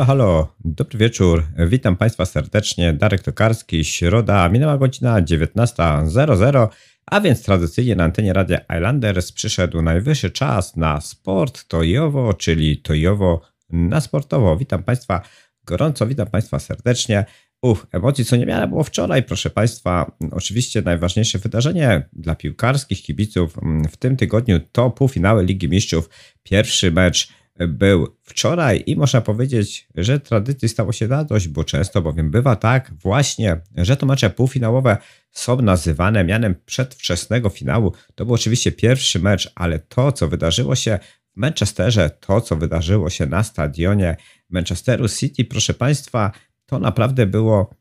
Halo, halo, dobry wieczór. Witam Państwa serdecznie. Darek Tokarski, środa, minęła godzina 19:00, a więc tradycyjnie na antenie Radia Islanders przyszedł najwyższy czas na sport tojowo, czyli tojowo na sportowo. Witam Państwa gorąco, witam Państwa serdecznie. Emocji co niemiara było wczoraj, proszę Państwa. Oczywiście najważniejsze wydarzenie dla piłkarskich kibiców w tym tygodniu to półfinały Ligi Mistrzów. Pierwszy mecz był wczoraj i można powiedzieć, że tradycji stało się zadość, bo często bowiem bywa tak właśnie, że to mecze półfinałowe są nazywane mianem przedwczesnego finału. To był oczywiście pierwszy mecz, ale to, co wydarzyło się w Manchesterze, to, co wydarzyło się na stadionie Manchesteru City, proszę Państwa, to naprawdę było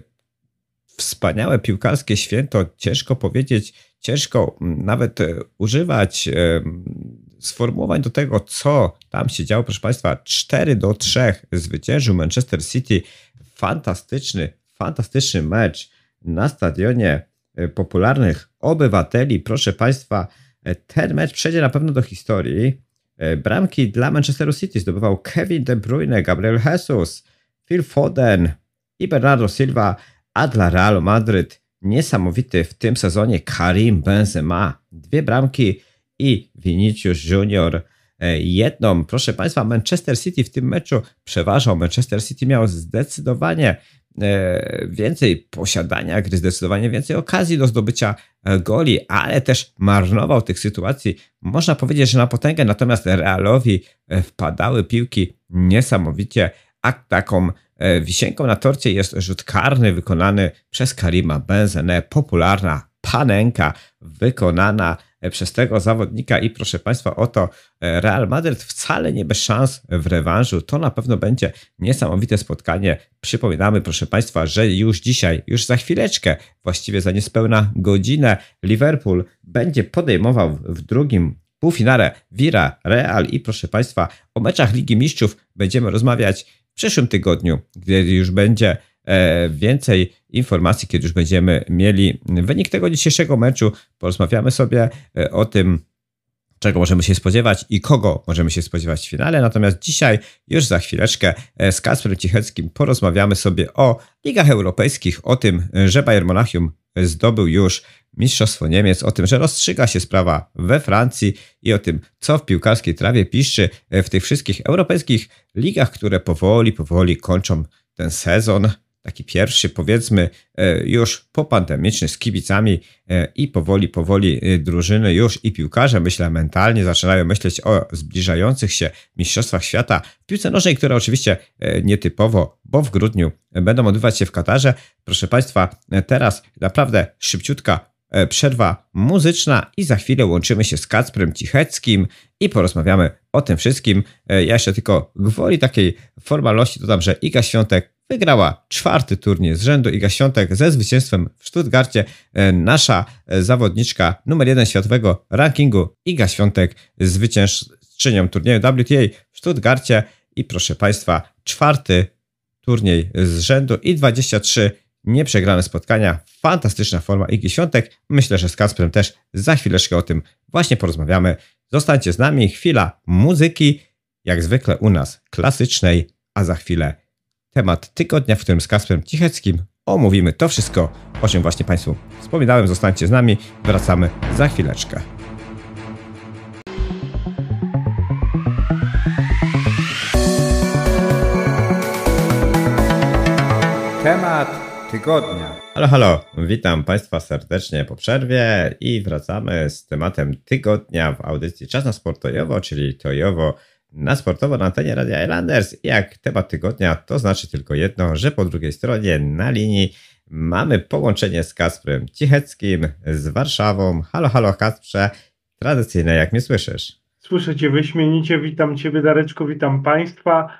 wspaniałe piłkarskie święto. Ciężko powiedzieć, ciężko nawet używać sformułowań do tego, co tam się działo. Proszę Państwa, 4-3 zwyciężył Manchester City. Fantastyczny mecz na stadionie popularnych obywateli. Proszę Państwa, ten mecz przejdzie na pewno do historii. Bramki dla Manchesteru City zdobywał Kevin De Bruyne, Gabriel Jesus, Phil Foden i Bernardo Silva, a dla Realu Madryt niesamowity w tym sezonie Karim Benzema. 2 bramki i Vinicius Junior jedną. Proszę Państwa, Manchester City w tym meczu przeważał. Manchester City miał zdecydowanie więcej posiadania gry, zdecydowanie więcej okazji do zdobycia goli, ale też marnował tych sytuacji. Można powiedzieć, że na potęgę, natomiast Realowi wpadały piłki niesamowicie, a taką wisienką na torcie jest rzut karny wykonany przez Karima Benzemę, popularna panenka wykonana przez tego zawodnika i proszę Państwa, oto Real Madryt wcale nie bez szans w rewanżu. To na pewno będzie niesamowite spotkanie. Przypominamy, proszę Państwa, że już dzisiaj, już za chwileczkę, właściwie za niespełna godzinę, Liverpool będzie podejmował w drugim półfinale Real i proszę Państwa, o meczach Ligi Mistrzów będziemy rozmawiać w przyszłym tygodniu, gdy już będzie więcej informacji, kiedy już będziemy mieli wynik tego dzisiejszego meczu. Porozmawiamy sobie o tym, czego możemy się spodziewać i kogo możemy się spodziewać w finale. Natomiast dzisiaj, już za chwileczkę, z Kacprem Cicheckim porozmawiamy sobie o ligach europejskich, o tym, że Bayern Monachium zdobył już Mistrzostwo Niemiec, o tym, że rozstrzyga się sprawa we Francji i o tym, co w piłkarskiej trawie piszczy w tych wszystkich europejskich ligach, które powoli kończą ten sezon. Taki pierwszy, powiedzmy, już popandemiczny z kibicami i powoli drużyny już i piłkarze, myślę, mentalnie zaczynają myśleć o zbliżających się mistrzostwach świata w piłce nożnej, które oczywiście nietypowo, bo w grudniu będą odbywać się w Katarze. Proszę Państwa, teraz naprawdę szybciutka przerwa muzyczna i za chwilę łączymy się z Kacprem Cicheckim i porozmawiamy o tym wszystkim. Ja jeszcze tylko gwoli takiej formalności dodam, że Iga Świątek wygrała 4. turniej z rzędu. Iga Świątek ze zwycięstwem w Stuttgarcie. Nasza zawodniczka numer 1 światowego rankingu Iga Świątek zwyciężczynią turnieju WTA w Stuttgarcie i proszę Państwa, 4. turniej z rzędu i 23 nieprzegrane spotkania. Fantastyczna forma Igi Świątek. Myślę, że z Kacprem też za chwileczkę o tym właśnie porozmawiamy. Zostańcie z nami. Chwila muzyki, jak zwykle u nas klasycznej, a za chwilę temat tygodnia, w którym z Kacprem Cicheckim omówimy to wszystko, o czym właśnie Państwu wspominałem. Zostańcie z nami. Wracamy za chwileczkę. Temat tygodnia. Halo, witam Państwa serdecznie po przerwie i wracamy z tematem tygodnia w audycji Czas na Sport Tojowo, czyli tojowo na sportowo na antenie Radia Islanders. Jak temat tygodnia, to znaczy tylko jedno, że po drugiej stronie na linii mamy połączenie z Kacprem Cicheckim z Warszawą. Halo Kacprze, tradycyjne, jak mnie słyszysz? Słyszę Cię wyśmienicie, witam Ciebie Dareczku, witam Państwa.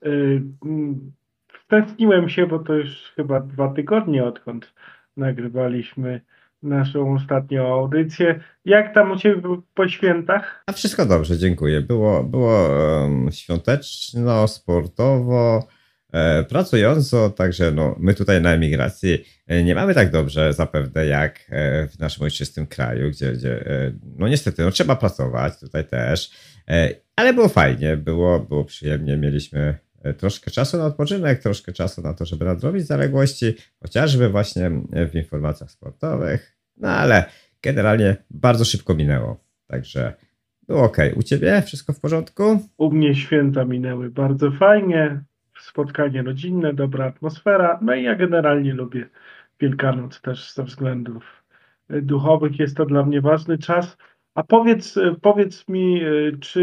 Stęskniłem się, bo to już chyba 2 tygodnie, odkąd nagrywaliśmy naszą ostatnią audycję. Jak tam u Ciebie po świętach? A wszystko dobrze, dziękuję. Było świąteczno, sportowo, pracująco, także no, my tutaj na emigracji nie mamy tak dobrze zapewne jak w naszym ojczystym kraju, gdzie no niestety no, trzeba pracować, tutaj też, ale było fajnie, było przyjemnie, mieliśmy troszkę czasu na odpoczynek, troszkę czasu na to, żeby nadrobić zaległości, chociażby właśnie w informacjach sportowych. No ale generalnie bardzo szybko minęło. Także było ok. U ciebie wszystko w porządku? U mnie święta minęły bardzo fajnie, spotkanie rodzinne, dobra atmosfera, no i ja generalnie lubię Wielkanoc też ze względów duchowych, jest to dla mnie ważny czas. A powiedz mi, czy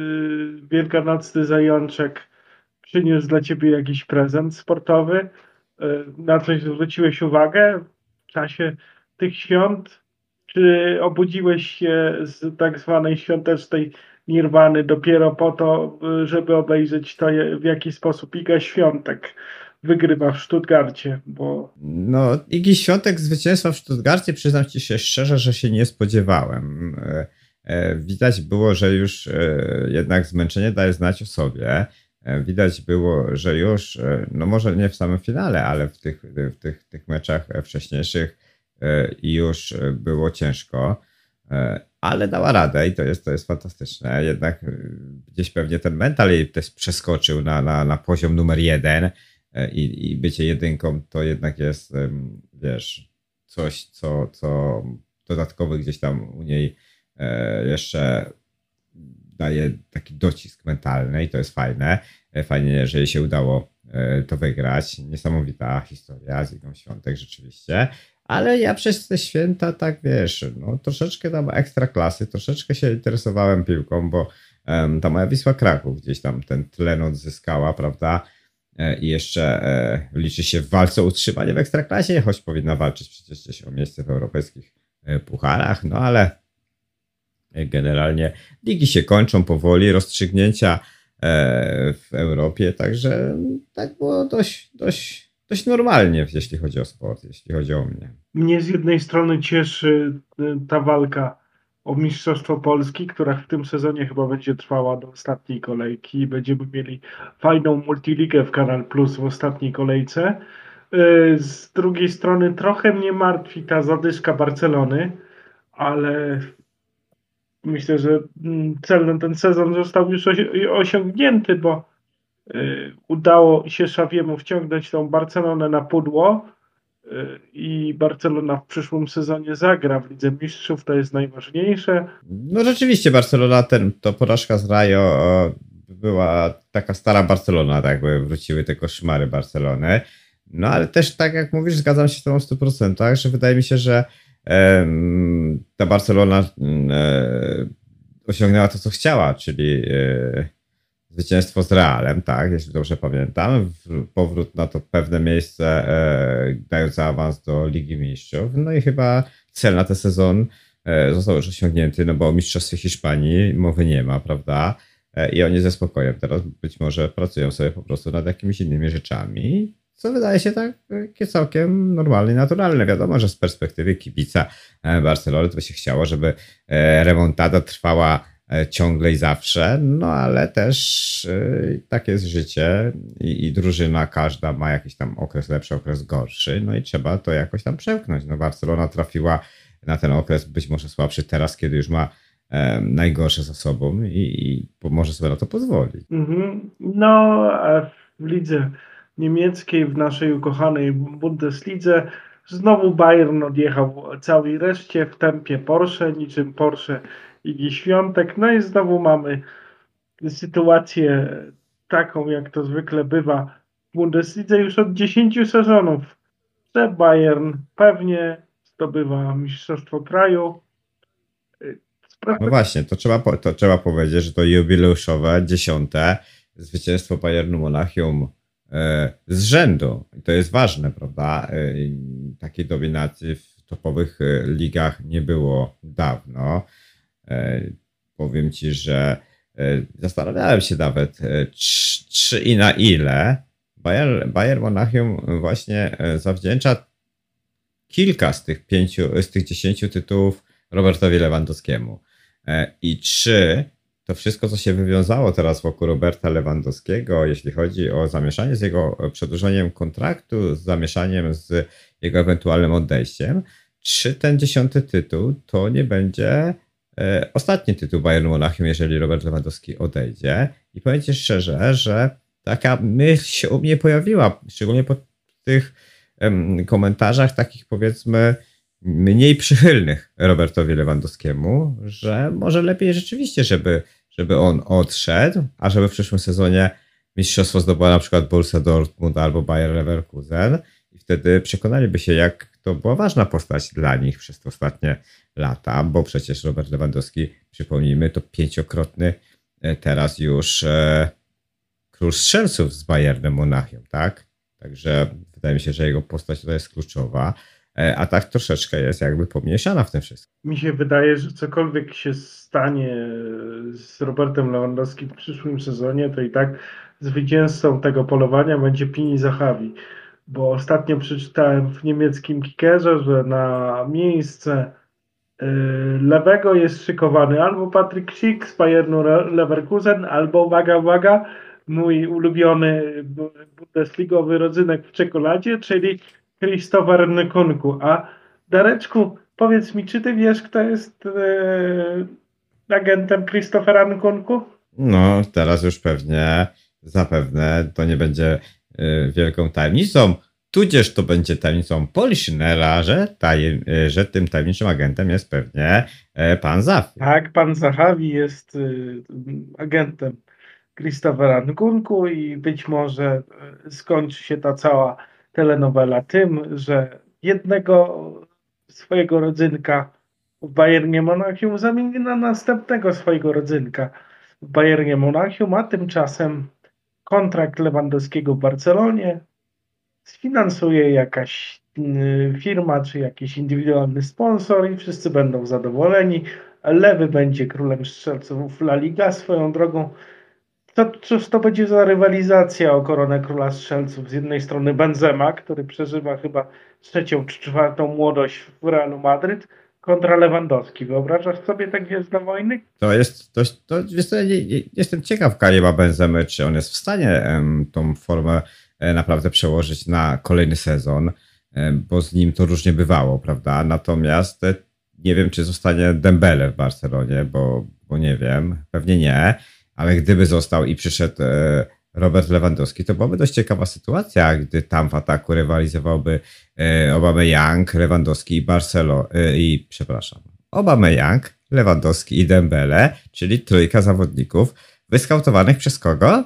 wielkanocny zajączek przyniósł dla ciebie jakiś prezent sportowy? Na coś zwróciłeś uwagę w czasie tych świąt? Czy obudziłeś się z tak zwanej świątecznej nirwany dopiero po to, żeby obejrzeć to, w jaki sposób Iga Świątek wygrywa w Stuttgarcie? Bo No, Igi Świątek zwycięstwa w Stuttgarcie, przyznam ci się szczerze, że się nie spodziewałem. Widać było, że już jednak zmęczenie daje znać o sobie. Widać było, że już, no może nie w samym finale, ale w tych meczach wcześniejszych już było ciężko, ale dała radę i to jest fantastyczne. Jednak gdzieś pewnie ten mental jej też przeskoczył na poziom numer 1 i bycie jedynką to jednak jest, wiesz, coś, co dodatkowy gdzieś tam u niej jeszcze daje taki docisk mentalny i to jest fajne. Fajnie, że jej się udało to wygrać. Niesamowita historia z Igą Świątek rzeczywiście. Ale ja przez te święta, tak wiesz, no troszeczkę tam ekstra klasy, troszeczkę się interesowałem piłką, bo ta moja Wisła Kraków gdzieś tam ten tlen odzyskała, prawda? I jeszcze liczy się w walce o utrzymanie w ekstraklasie, choć powinna walczyć przecież gdzieś o miejsce w europejskich pucharach, no ale generalnie ligi się kończą powoli, rozstrzygnięcia w Europie, także tak było dość normalnie, jeśli chodzi o sport, jeśli chodzi o mnie. mnie z jednej strony cieszy ta walka o Mistrzostwo Polski, która w tym sezonie chyba będzie trwała do ostatniej kolejki i będziemy mieli fajną multiligę w Kanal Plus w ostatniej kolejce. Z drugiej strony trochę mnie martwi ta zadyszka Barcelony, ale myślę, że cel na ten sezon został już osiągnięty, bo udało się Xaviemu wciągnąć tą Barcelonę na pudło i Barcelona w przyszłym sezonie zagra w Lidze Mistrzów, to jest najważniejsze. No rzeczywiście Barcelona, to porażka z Rayo była taka stara Barcelona, tak jakby wróciły te koszmary Barcelony. No ale też tak jak mówisz, zgadzam się z tobą w 100%, że wydaje mi się, że ta Barcelona osiągnęła to, co chciała, czyli zwycięstwo z Realem, tak, jeśli dobrze pamiętam, powrót na to pewne miejsce dające awans do Ligi Mistrzów, no i chyba cel na ten sezon został już osiągnięty, no bo o Mistrzostwie Hiszpanii mowy nie ma, prawda, i oni ze spokojem teraz być może pracują sobie po prostu nad jakimiś innymi rzeczami, co wydaje się takie całkiem normalne i naturalne. Wiadomo, że z perspektywy kibica Barcelony to by się chciało, żeby remontada trwała ciągle i zawsze, no ale też takie jest życie i drużyna każda ma jakiś tam okres lepszy, okres gorszy, no i trzeba to jakoś tam przełknąć. No Barcelona trafiła na ten okres być może słabszy teraz, kiedy już ma najgorsze za sobą i może sobie na to pozwolić. No, a w lidze niemieckiej, w naszej ukochanej Bundeslidze, znowu Bayern odjechał całej reszcie w tempie Porsche, niczym Porsche Igi Świątek. No i znowu mamy sytuację taką, jak to zwykle bywa w Bundeslidze już od 10 sezonów, że Bayern pewnie zdobywa mistrzostwo kraju. No właśnie, to trzeba powiedzieć, że to jubileuszowe 10. zwycięstwo Bayernu Monachium z rzędu. I to jest ważne, prawda? Takiej dominacji w topowych ligach nie było dawno. Powiem ci, że zastanawiałem się nawet, czy i na ile Bayern Monachium właśnie zawdzięcza kilka z tych 10 tytułów Robertowi Lewandowskiemu. I czy to wszystko, co się wywiązało teraz wokół Roberta Lewandowskiego, jeśli chodzi o zamieszanie z jego przedłużeniem kontraktu, z zamieszaniem z jego ewentualnym odejściem, czy ten 10. tytuł to nie będzie ostatni tytuł Bayernu Monachium, jeżeli Robert Lewandowski odejdzie. I powiem ci szczerze, że taka myśl się u mnie pojawiła, szczególnie po tych komentarzach takich powiedzmy mniej przychylnych Robertowi Lewandowskiemu, że może lepiej rzeczywiście, żeby on odszedł, a żeby w przyszłym sezonie mistrzostwo zdobyła na przykład Borussia Dortmund albo Bayer Leverkusen i wtedy przekonaliby się, jak to była ważna postać dla nich przez te ostatnie lata, bo przecież Robert Lewandowski, przypomnijmy, to 5-krotny teraz już król strzelców z Bayernem Monachium, tak? Także wydaje mi się, że jego postać tutaj jest kluczowa, a tak troszeczkę jest jakby pomniejszana w tym wszystkim. Mi się wydaje, że cokolwiek się stanie z Robertem Lewandowskim w przyszłym sezonie, to i tak zwycięzcą tego polowania będzie Pini Zahavi. Bo ostatnio przeczytałem w niemieckim Kickerze, że na miejsce lewego jest szykowany albo Patrick Schick z Bayernu Leverkusen, albo uwaga, mój ulubiony bundesligowy rodzynek w czekoladzie, czyli Christopher Nkunku. A Dareczku, powiedz mi, czy ty wiesz, kto jest agentem Christophera Nkunku? No, teraz już zapewne to nie będzie wielką tajemnicą, tudzież to będzie tajemnicą Poliszynela, że tym tajemniczym agentem jest pewnie pan Zafi. Tak, pan Zahavi jest agentem Christophera Nkunku i być może skończy się ta cała telenowela tym, że jednego swojego rodzynka w Bayernie Monachium zamieni na następnego swojego rodzynka w Bayernie Monachium, a tymczasem kontrakt Lewandowskiego w Barcelonie sfinansuje jakaś firma czy jakiś indywidualny sponsor i wszyscy będą zadowoleni. Lewy będzie królem strzelców La Liga. Swoją drogą, cóż to będzie za rywalizacja o koronę króla strzelców? Z jednej strony Benzema, który przeżywa chyba trzecią czy czwartą młodość w Realu Madryt, kontra Lewandowski. Wyobrażasz sobie tak Gwiezdne Wojny? Wiesz co, jestem ciekaw Karima Benzemy, czy on jest w stanie tą formę naprawdę przełożyć na kolejny sezon, bo z nim to różnie bywało, prawda? Natomiast nie wiem, czy zostanie Dembele w Barcelonie, bo nie wiem, pewnie nie, ale gdyby został i przyszedł Robert Lewandowski, to byłaby dość ciekawa sytuacja, gdy tam w ataku rywalizowałby Aubameyang, Lewandowski Aubameyang, Lewandowski i Dembele, czyli trójka zawodników wyskautowanych przez kogo?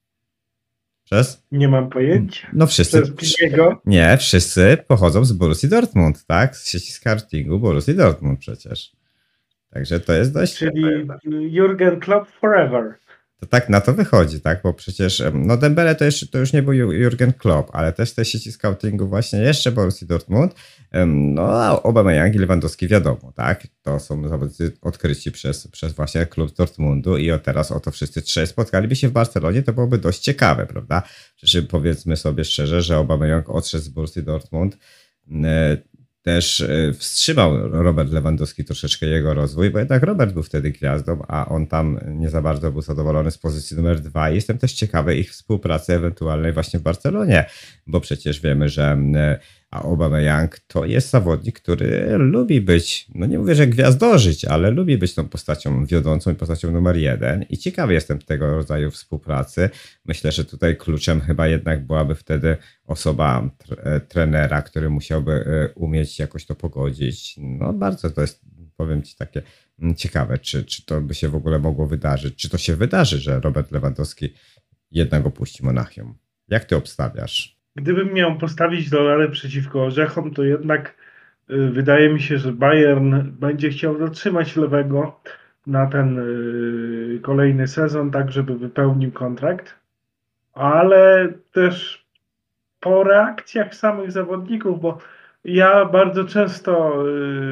Nie mam pojęcia. No wszyscy. Przez Piniego? Nie, wszyscy pochodzą z Borussii Dortmund, tak? Z sieci scoutingu Borussii Dortmund przecież. Także to jest dość... Czyli Jurgen Klopp forever. To tak na to wychodzi, tak? Bo przecież no Dembele to już nie był Jurgen Klopp, ale też z tej sieci scoutingu właśnie jeszcze Borussii Dortmund. No a Aubameyang i Lewandowski wiadomo, tak? To są zawodnicy odkryci przez właśnie klub Dortmundu i teraz oto wszyscy trzej spotkaliby się w Barcelonie, to byłoby dość ciekawe, prawda? Przecież powiedzmy sobie szczerze, że Aubameyang odszedł z Borussii Dortmund, też wstrzymał Robert Lewandowski troszeczkę jego rozwój, bo jednak Robert był wtedy gwiazdą, a on tam nie za bardzo był zadowolony z pozycji numer 2. Jestem też ciekawy ich współpracy ewentualnej właśnie w Barcelonie, bo przecież wiemy, że Aubameyang to jest zawodnik, który lubi być, no nie mówię, że gwiazdożyć, ale lubi być tą postacią wiodącą i postacią numer 1 i ciekawy jestem tego rodzaju współpracy. Myślę, że tutaj kluczem chyba jednak byłaby wtedy osoba trenera, który musiałby umieć jakoś to pogodzić. No bardzo to jest, powiem ci, takie ciekawe, czy to by się w ogóle mogło wydarzyć. Czy to się wydarzy, że Robert Lewandowski jednak opuści Monachium? Jak ty obstawiasz? Gdybym miał postawić rolę przeciwko orzechom, to jednak wydaje mi się, że Bayern będzie chciał zatrzymać lewego na ten kolejny sezon, tak żeby wypełnił kontrakt, ale też po reakcjach samych zawodników, bo ja bardzo często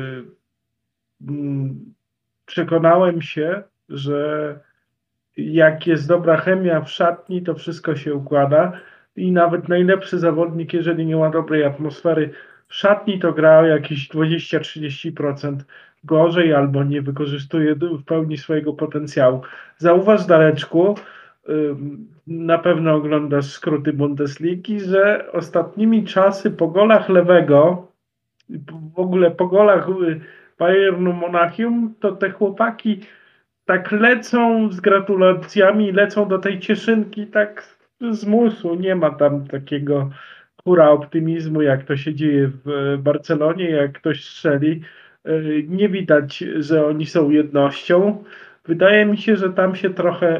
przekonałem się, że jak jest dobra chemia w szatni, to wszystko się układa i nawet najlepszy zawodnik, jeżeli nie ma dobrej atmosfery w szatni, to gra o jakieś 20-30% gorzej albo nie wykorzystuje w pełni swojego potencjału. Zauważ, Dareczku, na pewno oglądasz skróty Bundesligi, że ostatnimi czasy po golach lewego, w ogóle po golach Bayernu Monachium, to te chłopaki tak lecą z gratulacjami, lecą do tej cieszynki, tak zmusu, nie ma tam takiego hura optymizmu, jak to się dzieje w Barcelonie, jak ktoś strzeli. Nie widać, że oni są jednością. Wydaje mi się, że tam się trochę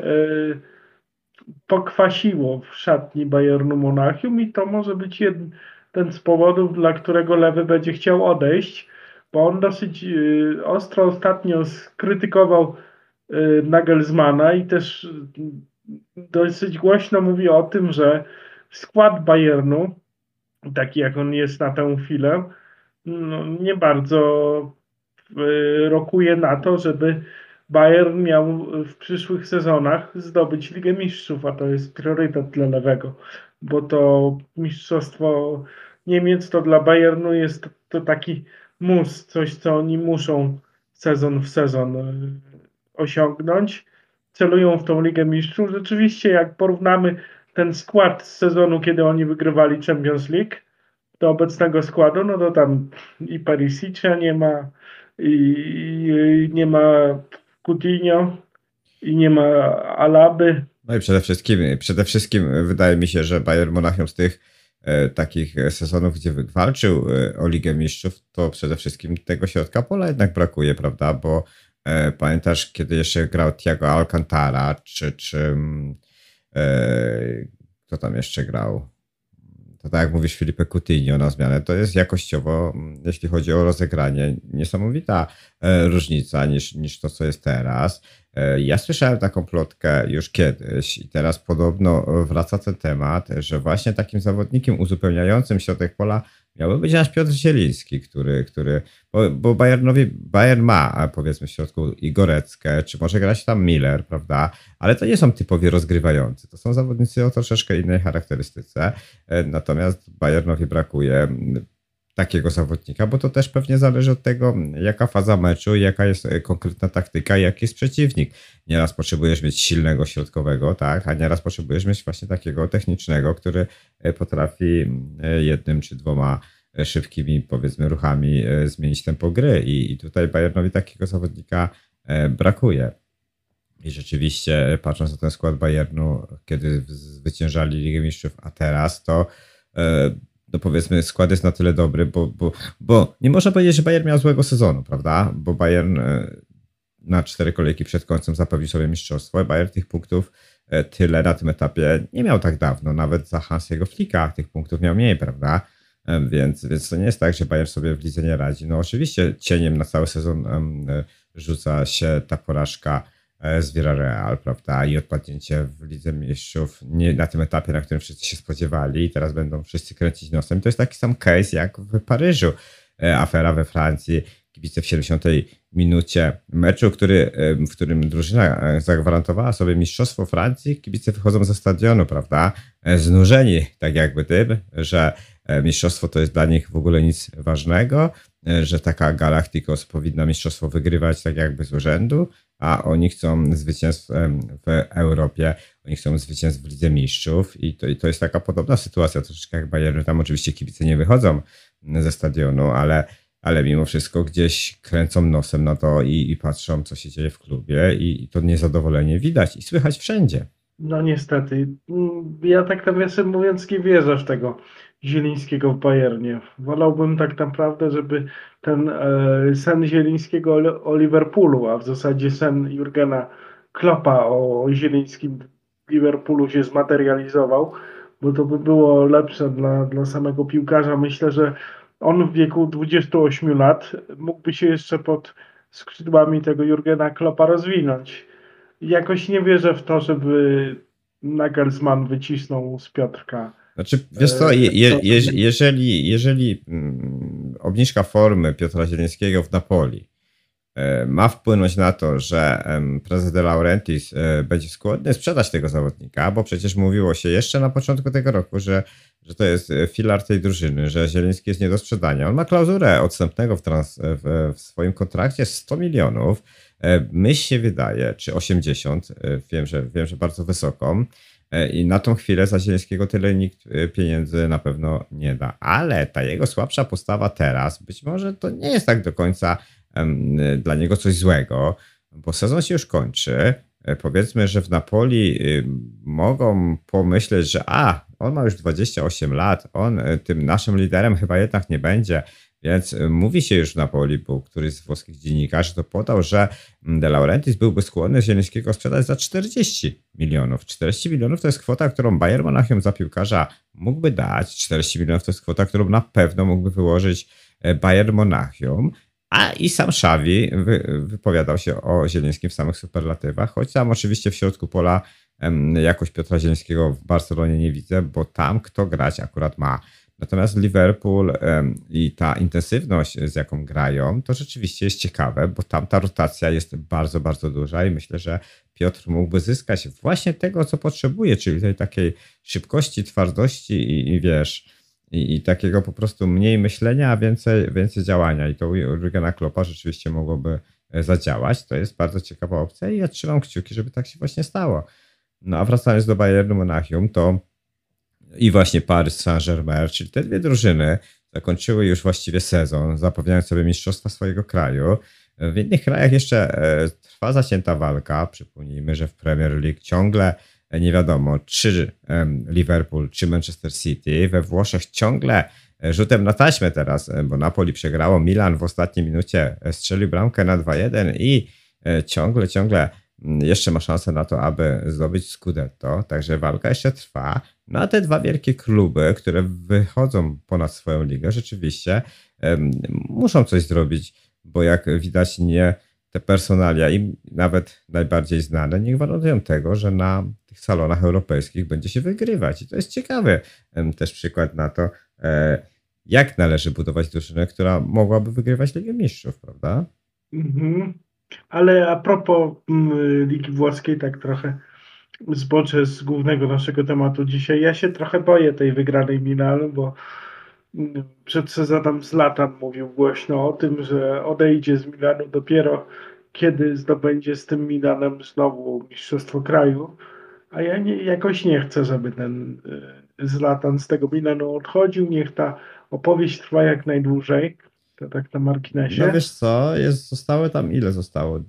pokwasiło w szatni Bayernu Monachium i to może być jeden z powodów, dla którego Lewy będzie chciał odejść, bo on dosyć ostro ostatnio skrytykował Nagelsmana i też dosyć głośno mówi o tym, że skład Bayernu, taki jak on jest na tę chwilę, no, nie bardzo rokuje na to, żeby Bayern miał w przyszłych sezonach zdobyć Ligę Mistrzów, a to jest priorytet dla Lewego, bo to mistrzostwo Niemiec to dla Bayernu jest to taki mus, coś co oni muszą sezon w sezon osiągnąć. Celują w tą Ligę Mistrzów. Rzeczywiście, jak porównamy ten skład z sezonu, kiedy oni wygrywali Champions League, do obecnego składu, no to tam i Perisic'a nie ma, i nie ma Coutinho, i nie ma Alaby. No i przede wszystkim wydaje mi się, że Bayern Monachium z tych takich sezonów, gdzie walczył o Ligę Mistrzów, to przede wszystkim tego środka pola jednak brakuje, prawda? Bo pamiętasz, kiedy jeszcze grał Thiago Alcantara, kto tam jeszcze grał? To tak jak mówisz, Felipe Coutinho na zmianę, to jest jakościowo, jeśli chodzi o rozegranie, niesamowita różnica niż to, co jest teraz. Ja słyszałem taką plotkę już kiedyś i teraz podobno wraca ten temat, że właśnie takim zawodnikiem uzupełniającym środek pola miałby być nasz Piotr Zieliński, bo Bayern ma, powiedzmy, w środku i Goreckę, czy może grać tam Miller, prawda? Ale to nie są typowi rozgrywający. To są zawodnicy o troszeczkę innej charakterystyce. Natomiast Bayernowi brakuje takiego zawodnika, bo to też pewnie zależy od tego, jaka faza meczu, jaka jest konkretna taktyka, jaki jest przeciwnik. Nieraz potrzebujesz mieć silnego środkowego, tak, a nieraz potrzebujesz mieć właśnie takiego technicznego, który potrafi jednym czy dwoma szybkimi, powiedzmy, ruchami zmienić tempo gry i tutaj Bayernowi takiego zawodnika brakuje. I rzeczywiście, patrząc na ten skład Bayernu, kiedy zwyciężali Ligę Mistrzów, a teraz, to no powiedzmy, skład jest na tyle dobry, bo nie można powiedzieć, że Bayern miał złego sezonu, prawda? Bo Bayern na 4 kolejki przed końcem zapewnił sobie mistrzostwo. Bayern tych punktów tyle na tym etapie nie miał tak dawno. Nawet za Hansiego Flicka tych punktów miał mniej, prawda? Więc to nie jest tak, że Bayern sobie w lidze nie radzi. No oczywiście cieniem na cały sezon rzuca się ta porażka z Villarreal, prawda, i odpadnięcie w Lidze Mistrzów nie na tym etapie, na którym wszyscy się spodziewali i teraz będą wszyscy kręcić nosem. To jest taki sam case jak w Paryżu. Afera we Francji, kibice w 70 minucie meczu, w którym drużyna zagwarantowała sobie mistrzostwo Francji, kibice wychodzą ze stadionu, prawda, znużeni tak jakby tym, że mistrzostwo to jest dla nich w ogóle nic ważnego, że taka Galacticos powinna mistrzostwo wygrywać tak jakby z urzędu, a oni chcą zwycięstw w Europie, oni chcą zwycięstw w Lidze Mistrzów i to jest taka podobna sytuacja, troszeczkę jak Bayern. Tam oczywiście kibice nie wychodzą ze stadionu, ale mimo wszystko gdzieś kręcą nosem na to i patrzą, co się dzieje w klubie i to niezadowolenie widać i słychać wszędzie. No niestety. Ja tak nawiasem mówiąc nie wierzę w tego Zielińskiego w Bayernie. Wolałbym tak naprawdę, żeby ten sen Zielińskiego o Liverpoolu, a w zasadzie sen Jurgena Kloppa o Zielińskim w Liverpoolu się zmaterializował, bo to by było lepsze dla samego piłkarza. Myślę, że on w wieku 28 lat mógłby się jeszcze pod skrzydłami tego Jurgena Kloppa rozwinąć. Jakoś nie wierzę w to, żeby Nagelsmann wycisnął z Piotrka. Znaczy, wiesz co, jeżeli obniżka formy Piotra Zielińskiego w Napoli ma wpłynąć na to, że prezes De Laurentiis będzie skłonny sprzedać tego zawodnika, bo przecież mówiło się jeszcze na początku tego roku, że to jest filar tej drużyny, że Zieliński jest nie do sprzedania. On ma klauzulę odstępnego w swoim kontrakcie 100 milionów. Myśl się wydaje, czy 80, wiem, że bardzo wysoką. I na tą chwilę za Zielińskiego tyle nikt pieniędzy na pewno nie da. Ale ta jego słabsza postawa teraz, być może to nie jest tak do końca dla niego coś złego, bo sezon się już kończy. Powiedzmy, że w Napoli mogą pomyśleć, że on ma już 28 lat, on tym naszym liderem chyba jednak nie będzie. Więc mówi się już w Napoli, bo któryś z włoskich dziennikarzy to podał, że De Laurentiis byłby skłonny Zielińskiego sprzedać za 40 milionów. 40 milionów to jest kwota, którą Bayern Monachium za piłkarza mógłby dać. 40 milionów to jest kwota, którą na pewno mógłby wyłożyć Bayern Monachium. A i sam Xavi wypowiadał się o Zielińskim w samych superlatywach, choć tam oczywiście w środku pola jakoś Piotra Zielińskiego w Barcelonie nie widzę, bo tam kto grać akurat ma. Natomiast Liverpool i ta intensywność, z jaką grają, to rzeczywiście jest ciekawe, bo tam ta rotacja jest bardzo, bardzo duża i myślę, że Piotr mógłby zyskać właśnie tego, co potrzebuje, czyli tej takiej szybkości, twardości i wiesz, i takiego po prostu mniej myślenia, a więcej działania. I to u Jurgena Kloppa rzeczywiście mogłoby zadziałać. To jest bardzo ciekawa opcja i ja trzymam kciuki, żeby tak się właśnie stało. No a wracając do Bayernu Monachium, to i właśnie Paris Saint-Germain, czyli te dwie drużyny zakończyły już właściwie sezon, zapewniając sobie mistrzostwa swojego kraju. W innych krajach jeszcze trwa zacięta walka. Przypomnijmy, że w Premier League ciągle nie wiadomo, czy Liverpool, czy Manchester City. We Włoszech ciągle rzutem na taśmę teraz, bo Napoli przegrało, Milan w ostatniej minucie strzelił bramkę na 2-1 i ciągle jeszcze ma szansę na to, aby zdobyć Scudetto, także walka jeszcze trwa. No a te dwa wielkie kluby, które wychodzą ponad swoją ligę, rzeczywiście muszą coś zrobić, bo jak widać nie te personalia i nawet najbardziej znane nie gwarantują tego, że na tych salonach europejskich będzie się wygrywać. I to jest ciekawy też przykład na to, jak należy budować drużynę, która mogłaby wygrywać Ligę Mistrzów, prawda? Mhm. Ale a propos Ligi Włoskiej, tak trochę zboczę z głównego naszego tematu dzisiaj. Ja się trochę boję tej wygranej Milanu, bo przed sezonem Zlatan mówił głośno o tym, że odejdzie z Milanu dopiero kiedy zdobędzie z tym Milanem znowu Mistrzostwo Kraju. A ja jakoś nie chcę, żeby ten Zlatan z tego Milanu odchodził. Niech ta opowieść trwa jak najdłużej. To tak na No marginesie. wiesz co, zostały tam ile zostało?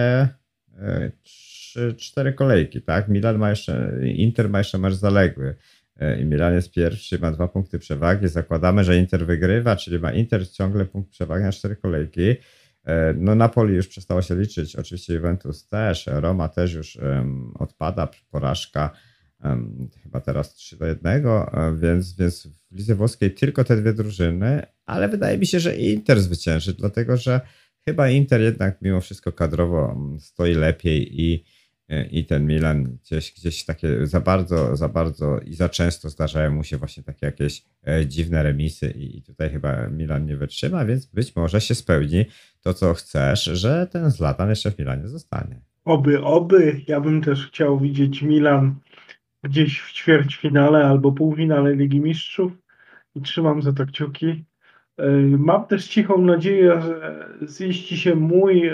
Trzy, cztery kolejki, tak? Inter ma jeszcze mecz zaległy. I Milan jest pierwszy, ma 2 punkty przewagi. Zakładamy, że Inter wygrywa, czyli ma Inter ciągle punkt przewagi na 4 kolejki. No Napoli już przestało się liczyć, oczywiście Juventus też, Roma też już odpada, porażka chyba teraz 3-1, więc w lidze włoskiej tylko te dwie drużyny, ale wydaje mi się, że Inter zwycięży, dlatego że chyba Inter jednak mimo wszystko kadrowo stoi lepiej i ten Milan gdzieś takie za bardzo i za często zdarzają mu się właśnie takie jakieś dziwne remisy i tutaj chyba Milan nie wytrzyma, więc być może się spełni to, co chcesz, że ten Zlatan jeszcze w Milanie zostanie. Oby. Ja bym też chciał widzieć Milan gdzieś w ćwierćfinale albo półfinale Ligi Mistrzów i trzymam za to kciuki. Mam też cichą nadzieję, że ziści się mój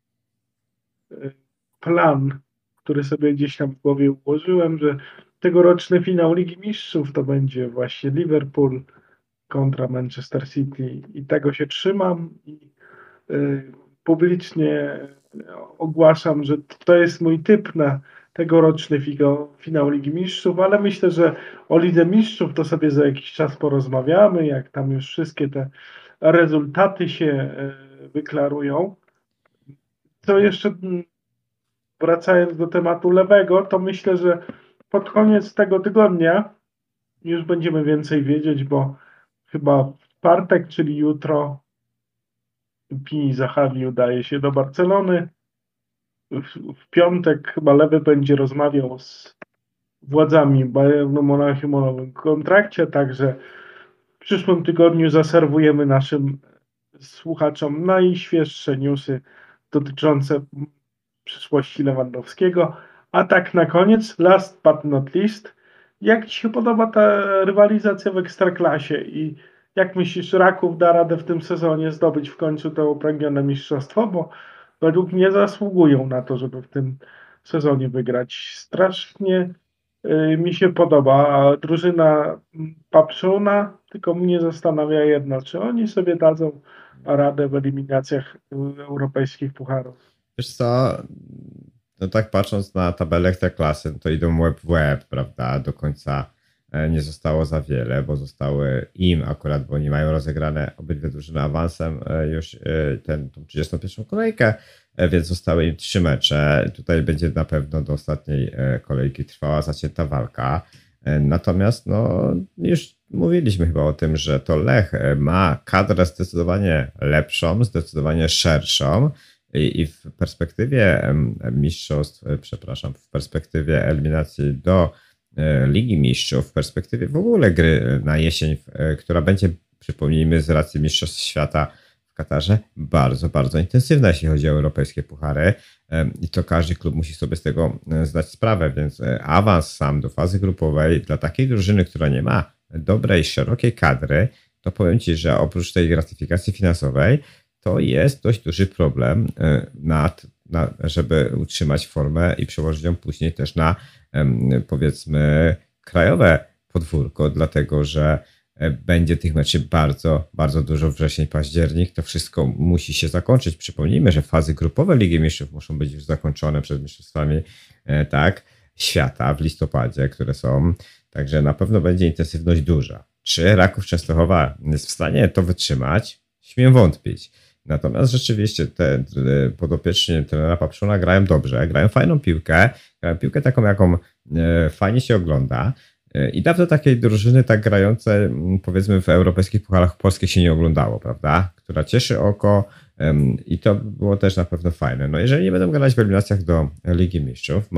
plan, który sobie gdzieś tam w głowie ułożyłem, że tegoroczny finał Ligi Mistrzów to będzie właśnie Liverpool kontra Manchester City i tego się trzymam i publicznie ogłaszam, że to jest mój typ na tegoroczny finał Ligi Mistrzów, ale myślę, że o Lidze Mistrzów to sobie za jakiś czas porozmawiamy, jak tam już wszystkie te rezultaty się wyklarują. Co jeszcze wracając do tematu lewego, to myślę, że pod koniec tego tygodnia już będziemy więcej wiedzieć, bo chyba w czwartek, czyli jutro, Pini Zahavi udaje się do Barcelony. W piątek chyba Lewy będzie rozmawiał z władzami Bayernu Monachium o nowym kontrakcie, także w przyszłym tygodniu zaserwujemy naszym słuchaczom najświeższe newsy dotyczące przyszłości Lewandowskiego. A tak na koniec, last but not least, jak Ci się podoba ta rywalizacja w Ekstraklasie i jak myślisz, Raków da radę w tym sezonie zdobyć w końcu to upragnione mistrzostwo, bo według mnie zasługują na to, żeby w tym sezonie wygrać. Strasznie mi się podoba drużyna Papszuna, tylko mnie zastanawia jedno, czy oni sobie dadzą radę w eliminacjach europejskich pucharów. Wiesz co, no tak patrząc na tabelę Ekstraklasy, no to idą łeb w łeb, prawda? Do końca nie zostało za wiele, bo zostały im akurat, bo oni mają rozegrane obydwie drużyny awansem już tą 31. kolejkę, więc zostały im 3 mecze. Tutaj będzie na pewno do ostatniej kolejki trwała zacięta walka. Natomiast no, już mówiliśmy chyba o tym, że to Lech ma kadrę zdecydowanie lepszą, zdecydowanie szerszą i w perspektywie mistrzostw, przepraszam, w perspektywie eliminacji do Ligi Mistrzów, w perspektywie w ogóle gry na jesień, która będzie, przypomnijmy, z racji Mistrzostw Świata w Katarze, bardzo, bardzo intensywna, jeśli chodzi o europejskie puchary i to każdy klub musi sobie z tego zdać sprawę, więc awans sam do fazy grupowej dla takiej drużyny, która nie ma dobrej, szerokiej kadry, to powiem Ci, że oprócz tej gratyfikacji finansowej, to jest dość duży problem, żeby utrzymać formę i przełożyć ją później też na, powiedzmy, krajowe podwórko, dlatego że będzie tych meczy bardzo, bardzo dużo, wrzesień, październik, to wszystko musi się zakończyć. Przypomnijmy, że fazy grupowe Ligi Mistrzów muszą być już zakończone przed mistrzostwami tak, świata w listopadzie, które są, także na pewno będzie intensywność duża. Czy Raków Częstochowa jest w stanie to wytrzymać? Śmiem wątpić. Natomiast rzeczywiście te podopieczni trenera Papszuna grają dobrze, grają fajną piłkę, grają piłkę taką, jaką fajnie się ogląda. I dawno takiej drużyny tak grającej, powiedzmy, w europejskich pucharach polskich się nie oglądało, prawda? Która cieszy oko i to było też na pewno fajne. No jeżeli nie będą grać w eliminacjach do Ligi Mistrzów,